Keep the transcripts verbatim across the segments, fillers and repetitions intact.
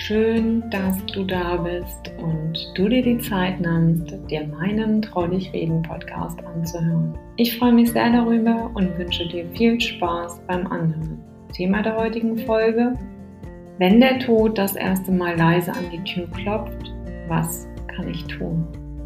Schön, dass du da bist und du dir die Zeit nimmst, dir meinen Trau dich reden Podcast anzuhören. Ich freue mich sehr darüber und wünsche dir viel Spaß beim Anhören. Thema der heutigen Folge: Wenn der Tod das erste Mal leise an die Tür klopft, was kann ich tun?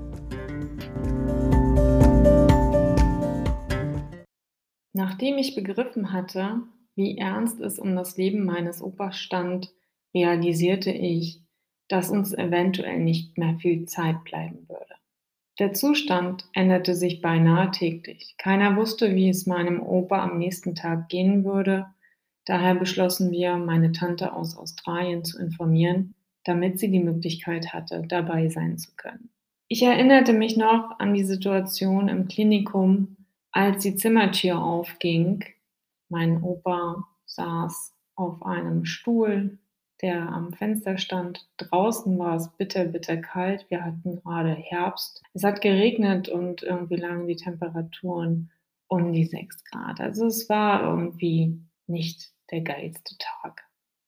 Nachdem ich begriffen hatte, wie ernst es um das Leben meines Opas stand, realisierte ich, dass uns eventuell nicht mehr viel Zeit bleiben würde. Der Zustand änderte sich beinahe täglich. Keiner wusste, wie es meinem Opa am nächsten Tag gehen würde. Daher beschlossen wir, meine Tante aus Australien zu informieren, damit sie die Möglichkeit hatte, dabei sein zu können. Ich erinnerte mich noch an die Situation im Klinikum, als die Zimmertür aufging. Mein Opa saß auf einem Stuhl, der am Fenster stand. Draußen war es bitter, bitter kalt. Wir hatten gerade Herbst. Es hat geregnet und irgendwie lagen die Temperaturen um die sechs Grad. Also es war irgendwie nicht der geilste Tag.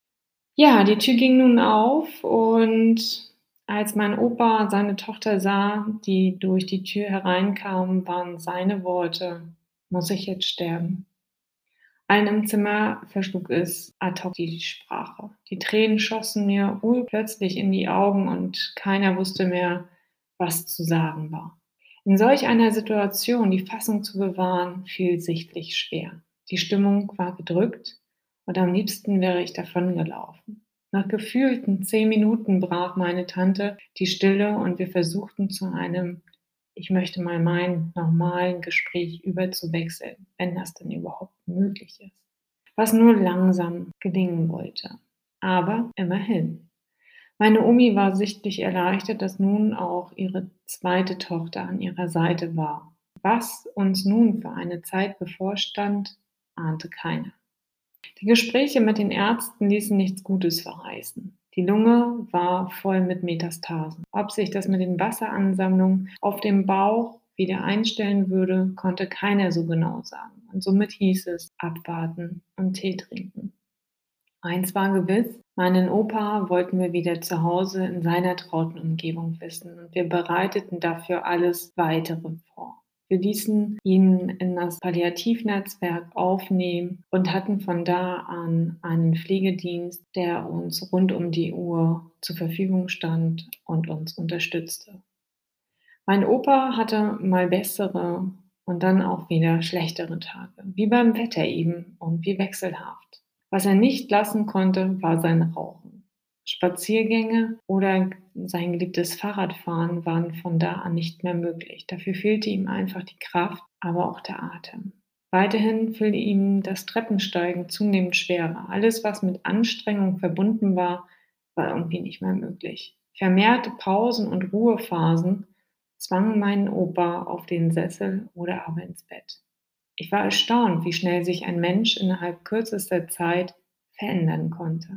Ja, die Tür ging nun auf und als mein Opa seine Tochter sah, die durch die Tür hereinkam, waren seine Worte: Muss ich jetzt sterben? Allen im Zimmer verschlug es ad hoc die Sprache. Die Tränen schossen mir urplötzlich in die Augen und keiner wusste mehr, was zu sagen war. In solch einer Situation die Fassung zu bewahren, fiel sichtlich schwer. Die Stimmung war gedrückt und am liebsten wäre ich davongelaufen. Nach gefühlten zehn Minuten brach meine Tante die Stille und wir versuchten zu einem, ich möchte mal meinen, normalen Gespräch überzuwechseln, wenn das denn überhaupt möglich ist. Was nur langsam gelingen wollte. Aber immerhin. Meine Omi war sichtlich erleichtert, dass nun auch ihre zweite Tochter an ihrer Seite war. Was uns nun für eine Zeit bevorstand, ahnte keiner. Die Gespräche mit den Ärzten ließen nichts Gutes verheißen. Die Lunge war voll mit Metastasen. Ob sich das mit den Wasseransammlungen auf dem Bauch wieder einstellen würde, konnte keiner so genau sagen. Und somit hieß es abwarten und Tee trinken. Eins war gewiss: Meinen Opa wollten wir wieder zu Hause in seiner trauten Umgebung wissen und wir bereiteten dafür alles Weitere vor. Wir ließen ihn in das Palliativnetzwerk aufnehmen und hatten von da an einen Pflegedienst, der uns rund um die Uhr zur Verfügung stand und uns unterstützte. Mein Opa hatte mal bessere und dann auch wieder schlechtere Tage, wie beim Wetter eben und wie wechselhaft. Was er nicht lassen konnte, war sein Rauchen. Spaziergänge oder sein geliebtes Fahrradfahren waren von da an nicht mehr möglich. Dafür fehlte ihm einfach die Kraft, aber auch der Atem. Weiterhin fiel ihm das Treppensteigen zunehmend schwerer. Alles, was mit Anstrengung verbunden war, war irgendwie nicht mehr möglich. Vermehrte Pausen und Ruhephasen zwangen meinen Opa auf den Sessel oder aber ins Bett. Ich war erstaunt, wie schnell sich ein Mensch innerhalb kürzester Zeit verändern konnte.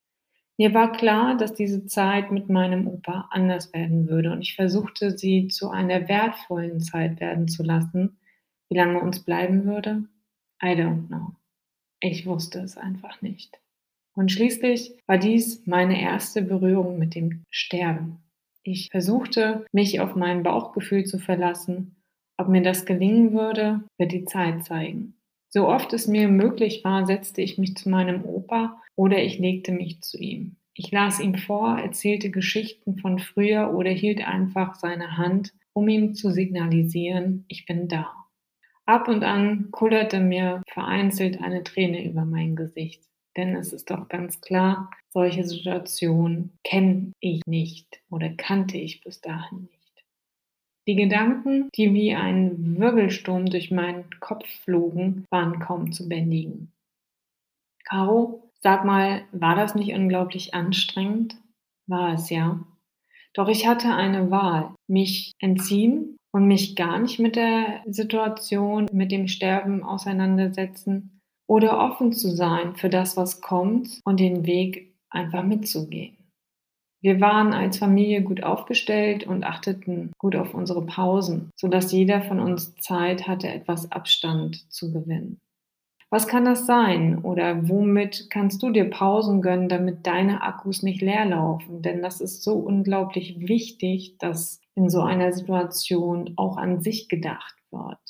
Mir war klar, dass diese Zeit mit meinem Opa anders werden würde und ich versuchte, sie zu einer wertvollen Zeit werden zu lassen. Wie lange uns bleiben würde? I don't know. Ich wusste es einfach nicht. Und schließlich war dies meine erste Berührung mit dem Sterben. Ich versuchte, mich auf mein Bauchgefühl zu verlassen. Ob mir das gelingen würde, wird die Zeit zeigen. So oft es mir möglich war, setzte ich mich zu meinem Opa oder ich legte mich zu ihm. Ich las ihm vor, erzählte Geschichten von früher oder hielt einfach seine Hand, um ihm zu signalisieren, ich bin da. Ab und an kullerte mir vereinzelt eine Träne über mein Gesicht. Denn es ist doch ganz klar, solche Situationen kenne ich nicht oder kannte ich bis dahin nicht. Die Gedanken, die wie ein Wirbelsturm durch meinen Kopf flogen, waren kaum zu bändigen. Caro, sag mal, war das nicht unglaublich anstrengend? War es ja. Doch ich hatte eine Wahl: mich entziehen und mich gar nicht mit der Situation, mit dem Sterben auseinandersetzen oder offen zu sein für das, was kommt und den Weg einfach mitzugehen. Wir waren als Familie gut aufgestellt und achteten gut auf unsere Pausen, sodass jeder von uns Zeit hatte, etwas Abstand zu gewinnen. Was kann das sein? Oder womit kannst du dir Pausen gönnen, damit deine Akkus nicht leer laufen? Denn das ist so unglaublich wichtig, dass in so einer Situation auch an sich gedacht wird.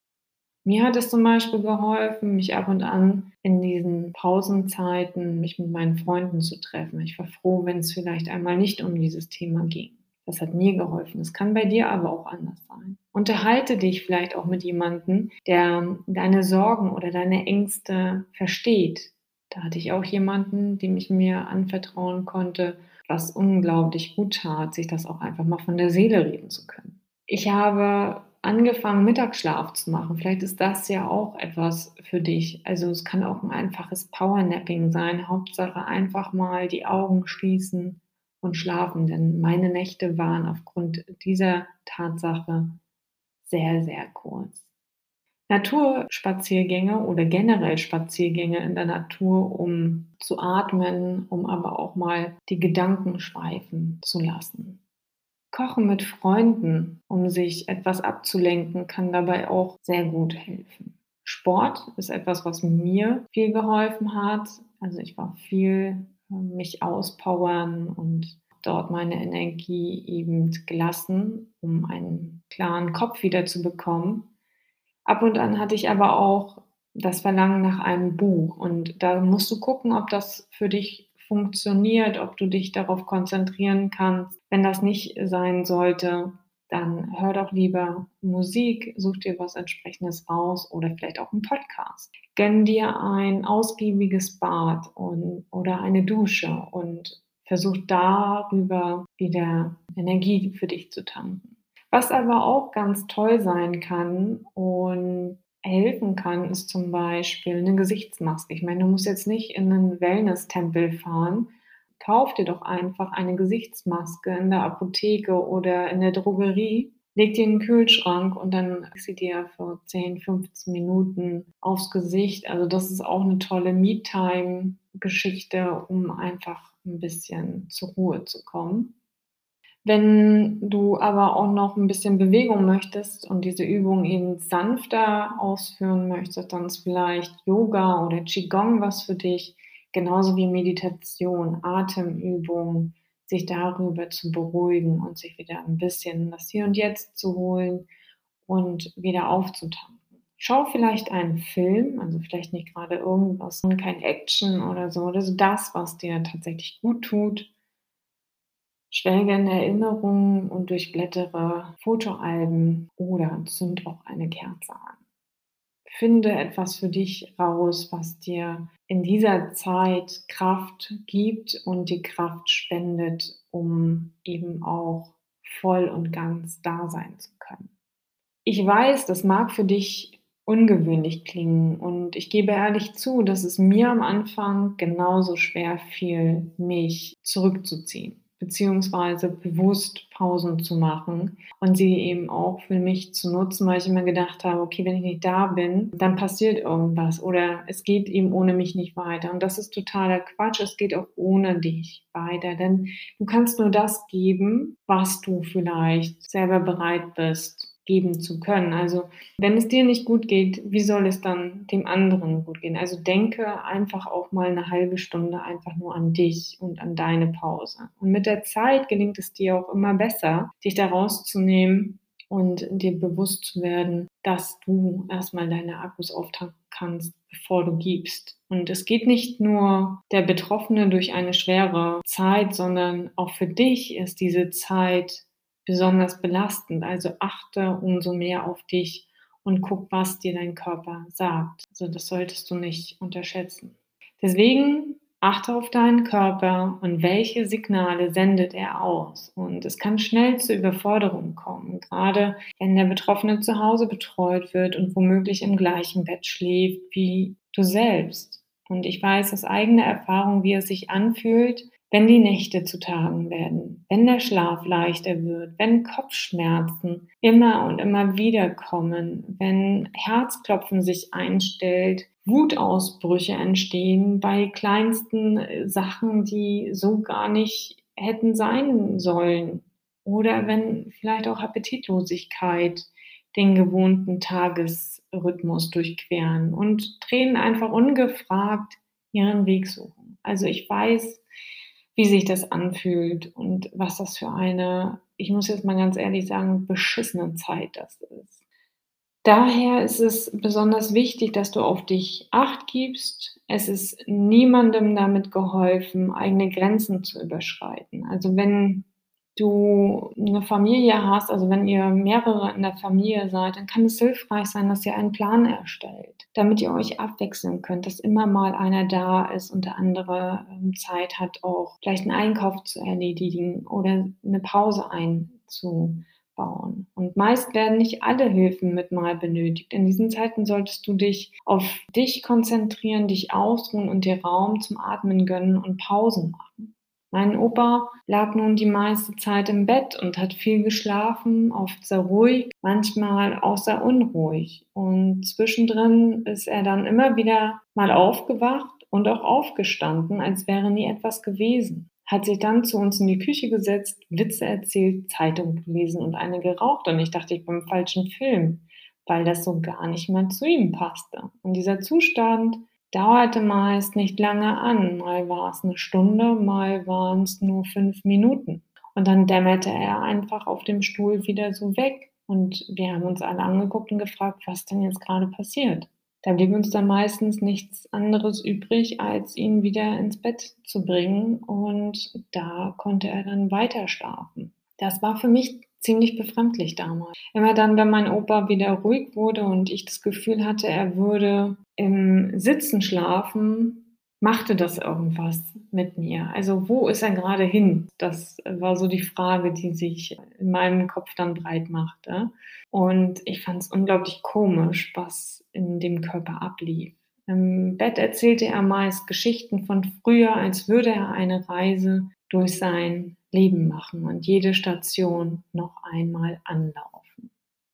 Mir hat es zum Beispiel geholfen, mich ab und an in diesen Pausenzeiten mich mit meinen Freunden zu treffen. Ich war froh, wenn es vielleicht einmal nicht um dieses Thema ging. Das hat mir geholfen. Es kann bei dir aber auch anders sein. Unterhalte dich vielleicht auch mit jemandem, der deine Sorgen oder deine Ängste versteht. Da hatte ich auch jemanden, dem ich mir anvertrauen konnte, was unglaublich gut tat, sich das auch einfach mal von der Seele reden zu können. Ich habe angefangen, Mittagsschlaf zu machen. Vielleicht ist das ja auch etwas für dich. Also, es kann auch ein einfaches Powernapping sein. Hauptsache einfach mal die Augen schließen und schlafen, denn meine Nächte waren aufgrund dieser Tatsache sehr, sehr kurz. Naturspaziergänge oder generell Spaziergänge in der Natur, um zu atmen, um aber auch mal die Gedanken schweifen zu lassen. Kochen mit Freunden, um sich etwas abzulenken, kann dabei auch sehr gut helfen. Sport ist etwas, was mir viel geholfen hat. Also ich war viel äh, mich auspowern und dort meine Energie eben gelassen, um einen klaren Kopf wieder zu bekommen. Ab und an hatte ich aber auch das Verlangen nach einem Buch und da musst du gucken, ob das für dich funktioniert, ob du dich darauf konzentrieren kannst. Wenn das nicht sein sollte, dann hör doch lieber Musik, such dir was Entsprechendes raus oder vielleicht auch 'n Podcast. Gönn dir ein ausgiebiges Bad und oder eine Dusche und versuch darüber wieder Energie für dich zu tanken. Was aber auch ganz toll sein kann und helfen kann, ist zum Beispiel 'ne Gesichtsmaske. Ich meine, du musst jetzt nicht in 'nen Wellnesstempel fahren. Kauf dir doch einfach eine Gesichtsmaske in der Apotheke oder in der Drogerie, leg die in 'n Kühlschrank und dann legst sie dir für zehn, fünfzehn Minuten aufs Gesicht. Also, das ist auch 'ne tolle Me-Time-Geschichte, um einfach 'n bisschen zur Ruhe zu kommen. Wenn du aber auch noch 'n bisschen Bewegung möchtest und diese Übung eben sanfter ausführen möchtest, dann ist vielleicht Yoga oder Qigong was für dich, genauso wie Meditation, Atemübungen, sich darüber zu beruhigen und sich wieder 'n bisschen in das Hier und Jetzt zu holen und wieder aufzutanken. Schau vielleicht einen Film, also vielleicht nicht grade irgendwas kein Action oder so, also das, was dir tatsächlich gut tut. Schwelge in Erinnerungen und durchblättere Fotoalben oder zünd auch eine Kerze an. Finde etwas für dich raus, was dir in dieser Zeit Kraft gibt und die Kraft spendet, um eben auch voll und ganz da sein zu können. Ich weiß, das mag für dich ungewöhnlich klingen und ich gebe ehrlich zu, dass es mir am Anfang genauso schwer fiel, mich zurückzuziehen, beziehungsweise bewusst Pausen zu machen und sie eben auch für mich zu nutzen, weil ich immer gedacht habe: „Okay, wenn ich nicht da bin, dann passiert irgendwas oder es geht eben ohne mich nicht weiter.“ Und das ist totaler Quatsch. Es geht auch ohne dich weiter, denn du kannst nur das geben, was du vielleicht selber bereit bist, geben zu können. Also, wenn es dir nicht gut geht, wie soll es dann dem anderen gut gehen? Also, denke einfach auch mal 'ne halbe Stunde einfach nur an dich und an deine Pause. Und mit der Zeit gelingt es dir auch immer besser, dich da rauszunehmen und dir bewusst zu werden, dass du erst mal deine Akkus auftanken kannst, bevor du gibst. Und es geht nicht nur der Betroffene durch eine schwere Zeit, sondern auch für dich ist diese Zeit besonders belastend. Also, achte umso mehr auf dich und guck, was dir dein Körper sagt. Also, das solltest du nicht unterschätzen. Deswegen achte auf deinen Körper und welche Signale sendet er aus. Und es kann schnell zu Überforderungen kommen, grade wenn der Betroffene zu Hause betreut wird und womöglich im gleichen Bett schläft wie du selbst. Und ich weiß aus eigener Erfahrung, wie es sich anfühlt, wenn die Nächte zu Tagen werden, wenn der Schlaf leichter wird, wenn Kopfschmerzen immer und immer wieder kommen, wenn Herzklopfen sich einstellt, Wutausbrüche entstehen bei kleinsten, äh, Sachen, die so gar nicht hätten sein sollen. Oder wenn vielleicht auch Appetitlosigkeit den gewohnten Tagesablauf Alltagsrhythmus durchqueren und Tränen einfach ungefragt ihren Weg suchen. Also, ich weiß, wie sich das anfühlt und was das für eine, ich muss jetzt mal ganz ehrlich sagen, beschissene Zeit das ist. Daher ist es besonders wichtig, dass du auf dich Acht gibst. Es ist niemandem damit geholfen, eigene Grenzen zu überschreiten. Also, wenn du 'ne Familie hast, also, wenn ihr mehrere in der Familie seid, dann kann es hilfreich sein, dass ihr einen Plan erstellt, damit ihr euch abwechseln könnt, dass immer mal einer da ist und der andere, ähm, Zeit hat, auch vielleicht 'n Einkauf zu erledigen oder 'ne Pause einzubauen. Und meist werden nicht alle Hilfen mit mal benötigt. In diesen Zeiten solltest du dich auf dich konzentrieren, dich ausruhen und dir Raum zum Atmen gönnen und Pausen machen. Mein Opa lag nun die meiste Zeit im Bett und hat viel geschlafen, oft sehr ruhig, manchmal auch sehr unruhig. Und zwischendrin ist er dann immer wieder mal aufgewacht und auch aufgestanden, als wäre nie etwas gewesen. Hat sich dann zu uns in die Küche gesetzt, Witze erzählt, Zeitung gelesen und eine geraucht. Und ich dachte, ich bin im falschen Film, weil das so gar nicht mehr zu ihm passte. Und dieser Zustand dauerte meist nicht lange an. Mal war es 'ne Stunde, mal waren's nur fünf Minuten. Und dann dämmerte er einfach auf dem Stuhl wieder so weg. Und wir haben uns alle angeguckt und gefragt, was denn jetzt grade passiert. Da blieb uns dann meistens nichts anderes übrig, als ihn wieder ins Bett zu bringen, und da konnte er dann weiter schlafen. Das war für mich ziemlich befremdlich damals. Immer dann, wenn mein Opa wieder ruhig wurde und ich das Gefühl hatte, er würde im Sitzen schlafen, machte das irgendwas mit mir. Also, wo ist er grade hin? Das war so die Frage, die sich in meinem Kopf dann breit machte. Und ich fand's unglaublich komisch, was in dem Körper ablief. Im Bett erzählte er meist Geschichten von früher, als würde er eine Reise durch sein Leben machen und jede Station noch einmal anlaufen.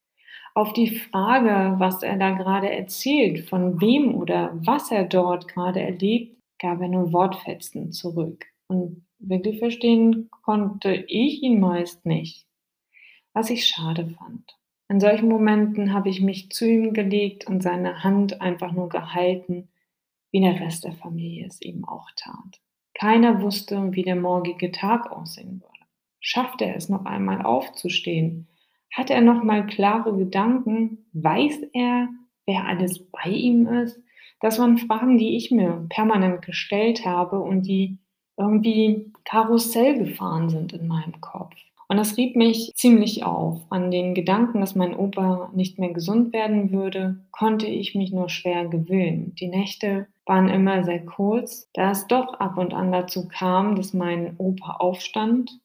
Auf die Frage, was er da grade erzählt, von wem oder was er dort grade erlebt, gab er nur Wortfetzen zurück. Und wirklich verstehen konnte ich ihn meist nicht, was ich schade fand. In solchen Momenten habe ich mich zu ihm gelegt und seine Hand einfach nur gehalten, wie der Rest der Familie es eben auch tat. Keiner wusste, wie der morgige Tag aussehen würde. Schafft er es noch einmal aufzustehen? Hat er noch mal klare Gedanken? Weiß er, wer alles bei ihm ist? Das waren Fragen, die ich mir permanent gestellt habe und die irgendwie Karussell gefahren sind in meinem Kopf. Und das rieb mich ziemlich auf. An den Gedanken, dass mein Opa nicht mehr gesund werden würde, konnte ich mich nur schwer gewöhnen. Die Nächte waren immer sehr kurz, da es doch ab und an dazu kam, dass mein Opa aufstand.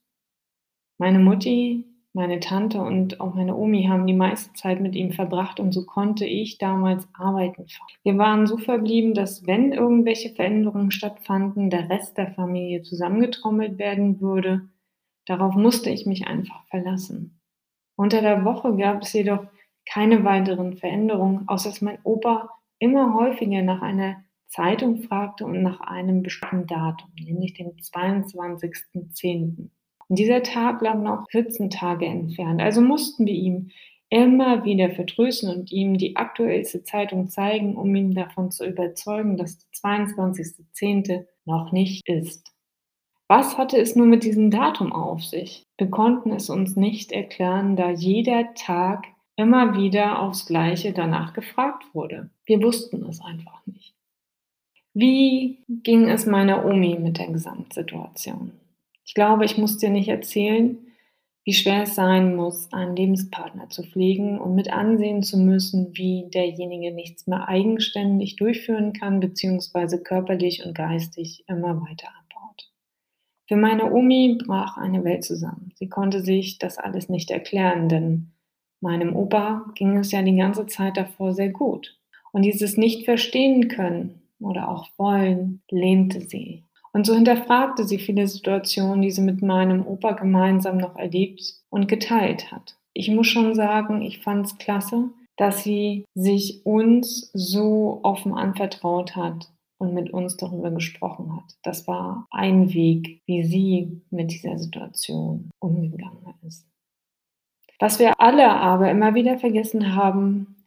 Meine Mutti, meine Tante und auch meine Omi haben die meiste Zeit mit ihm verbracht und so konnte ich damals arbeiten fahren. Wir waren so verblieben, dass, wenn irgendwelche Veränderungen stattfanden, der Rest der Familie zusammengetrommelt werden würde. Darauf musste ich mich einfach verlassen. Unter der Woche gab es jedoch keine weiteren Veränderungen, außer dass mein Opa immer häufiger nach einer Zeitung fragte und nach einem bestimmten Datum, nämlich dem zweiundzwanzigsten Zehnten Und dieser Tag lag noch vierzehn Tage entfernt. Also mussten wir ihn immer wieder vertrösten und ihm die aktuellste Zeitung zeigen, um ihn davon zu überzeugen, dass der zweiundzwanzigste Zehnte noch nicht ist. Was hatte es nun mit diesem Datum auf sich? Wir konnten es uns nicht erklären, da jeder Tag immer wieder aufs Gleiche danach gefragt wurde. Wir wussten es einfach nicht. Wie ging es meiner Omi mit der Gesamtsituation? Ich glaube, ich muss dir nicht erzählen, wie schwer es sein muss, einen Lebenspartner zu pflegen und mit ansehen zu müssen, wie derjenige nichts mehr eigenständig durchführen kann, beziehungsweise körperlich und geistig immer weiter abbaut. Für meine Omi brach eine Welt zusammen. Sie konnte sich das alles nicht erklären, denn meinem Opa ging es ja die ganze Zeit davor sehr gut. Und dieses Nicht-Verstehen-Können oder auch Wollen lähmte sie. Und so hinterfragte sie viele Situationen, die sie mit meinem Opa gemeinsam noch erlebt und geteilt hat. Ich muss schon sagen, ich fand's klasse, dass sie sich uns so offen anvertraut hat und mit uns darüber gesprochen hat. Das war ein Weg, wie sie mit dieser Situation umgegangen ist. Was wir alle aber immer wieder vergessen haben,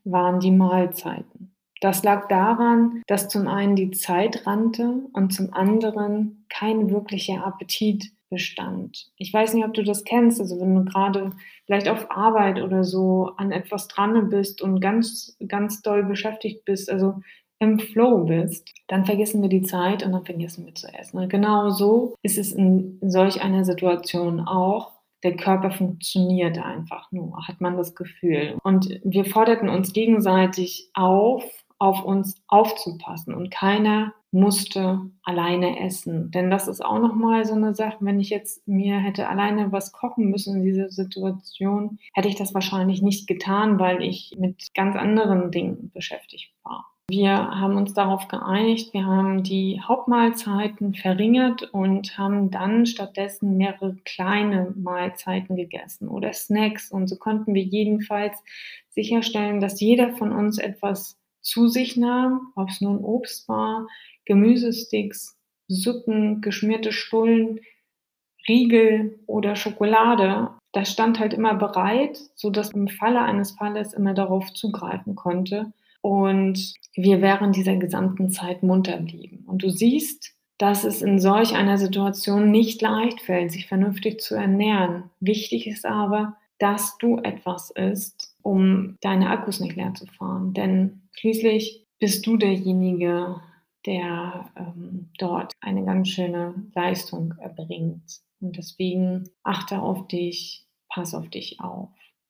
waren die Mahlzeiten. Das lag daran, dass zum einen die Zeit rannte und zum anderen kein wirklicher Appetit bestand. Ich weiß nicht, ob du das kennst, also wenn du gerade vielleicht auf Arbeit oder so an etwas dran bist und ganz, ganz doll beschäftigt bist, also im Flow bist, dann vergessen wir die Zeit und dann vergessen wir zu essen. Und genau so ist es in solch einer Situation auch. Der Körper funktioniert einfach nur, hat man das Gefühl. Und wir forderten uns gegenseitig auf, auf uns aufzupassen und keiner musste alleine essen. Denn das ist auch noch mal so eine Sache, wenn ich jetzt mir hätte alleine was kochen müssen in dieser Situation, hätte ich das wahrscheinlich nicht getan, weil ich mit ganz anderen Dingen beschäftigt war. Wir haben uns darauf geeinigt, wir haben die Hauptmahlzeiten verringert und haben dann stattdessen mehrere kleine Mahlzeiten gegessen oder Snacks. Und so konnten wir jedenfalls sicherstellen, dass jeder von uns etwas zu sich nahm, ob es nun Obst war, Gemüsesticks, Suppen, geschmierte Stullen, Riegel oder Schokolade. Das stand halt immer bereit, sodass im Falle eines Falles immer darauf zugreifen konnte und wir während dieser gesamten Zeit munter blieben. Und du siehst, dass es in solch einer Situation nicht leicht fällt, sich vernünftig zu ernähren. Wichtig ist aber, dass du etwas isst, um deine Akkus nicht leer zu fahren. Denn schließlich bist du derjenige, der ähm, dort eine ganz schöne Leistung erbringt. Und deswegen achte auf dich, pass auf dich auf.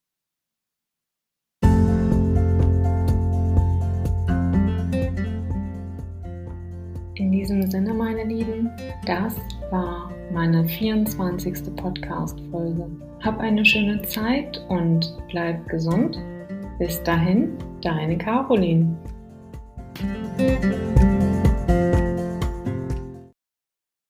In diesem Sinne, meine Lieben, das war meine vierundzwanzigste Podcast-Folge. Hab eine schöne Zeit und bleib gesund. Bis dahin, deine Caroline.